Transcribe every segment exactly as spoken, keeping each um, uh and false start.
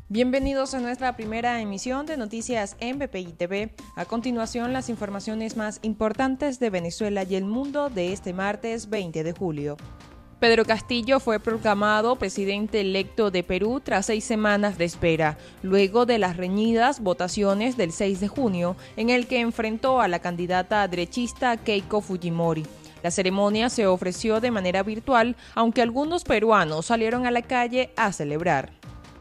Bienvenidos a nuestra primera emisión de noticias en B P I T V. A continuación, las informaciones más importantes de Venezuela y el mundo de este martes veinte de julio. Pedro Castillo fue proclamado presidente electo de Perú tras seis semanas de espera, luego de las reñidas votaciones del seis de junio, en el que enfrentó a la candidata derechista Keiko Fujimori. La ceremonia se ofreció de manera virtual, aunque algunos peruanos salieron a la calle a celebrar.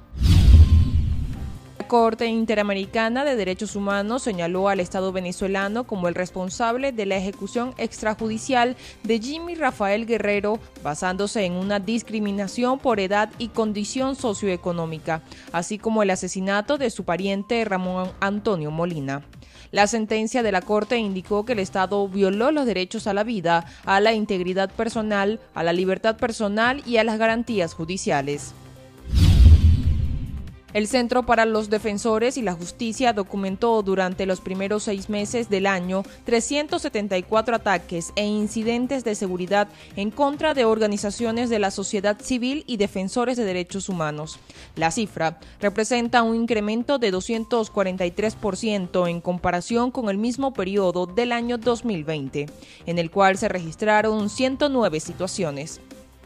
La Corte Interamericana de Derechos Humanos señaló al Estado venezolano como el responsable de la ejecución extrajudicial de Jimmy Rafael Guerrero, basándose en una discriminación por edad y condición socioeconómica, así como el asesinato de su pariente Ramón Antonio Molina. La sentencia de la Corte indicó que el Estado violó los derechos a la vida, a la integridad personal, a la libertad personal y a las garantías judiciales. El Centro para los Defensores y la Justicia documentó durante los primeros seis meses del año trescientos setenta y cuatro ataques e incidentes de seguridad en contra de organizaciones de la sociedad civil y defensores de derechos humanos. La cifra representa un incremento de doscientos cuarenta y tres por ciento en comparación con el mismo periodo del año dos mil veinte, en el cual se registraron ciento nueve situaciones.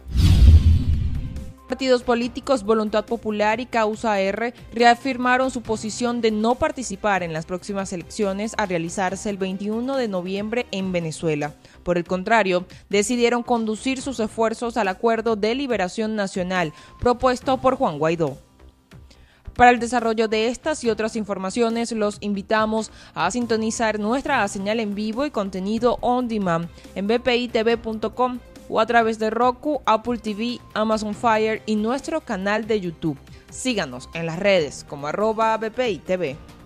Partidos políticos Voluntad Popular y Causa R reafirmaron su posición de no participar en las próximas elecciones a realizarse el veintiuno de noviembre en Venezuela. Por el contrario, decidieron conducir sus esfuerzos al Acuerdo de Liberación Nacional propuesto por Juan Guaidó. Para el desarrollo de estas y otras informaciones, los invitamos a sintonizar nuestra señal en vivo y contenido on demand en b p i t v punto com o a través de Roku, Apple T V, Amazon Fire y nuestro canal de YouTube. Síganos en las redes como arroba B P I T V.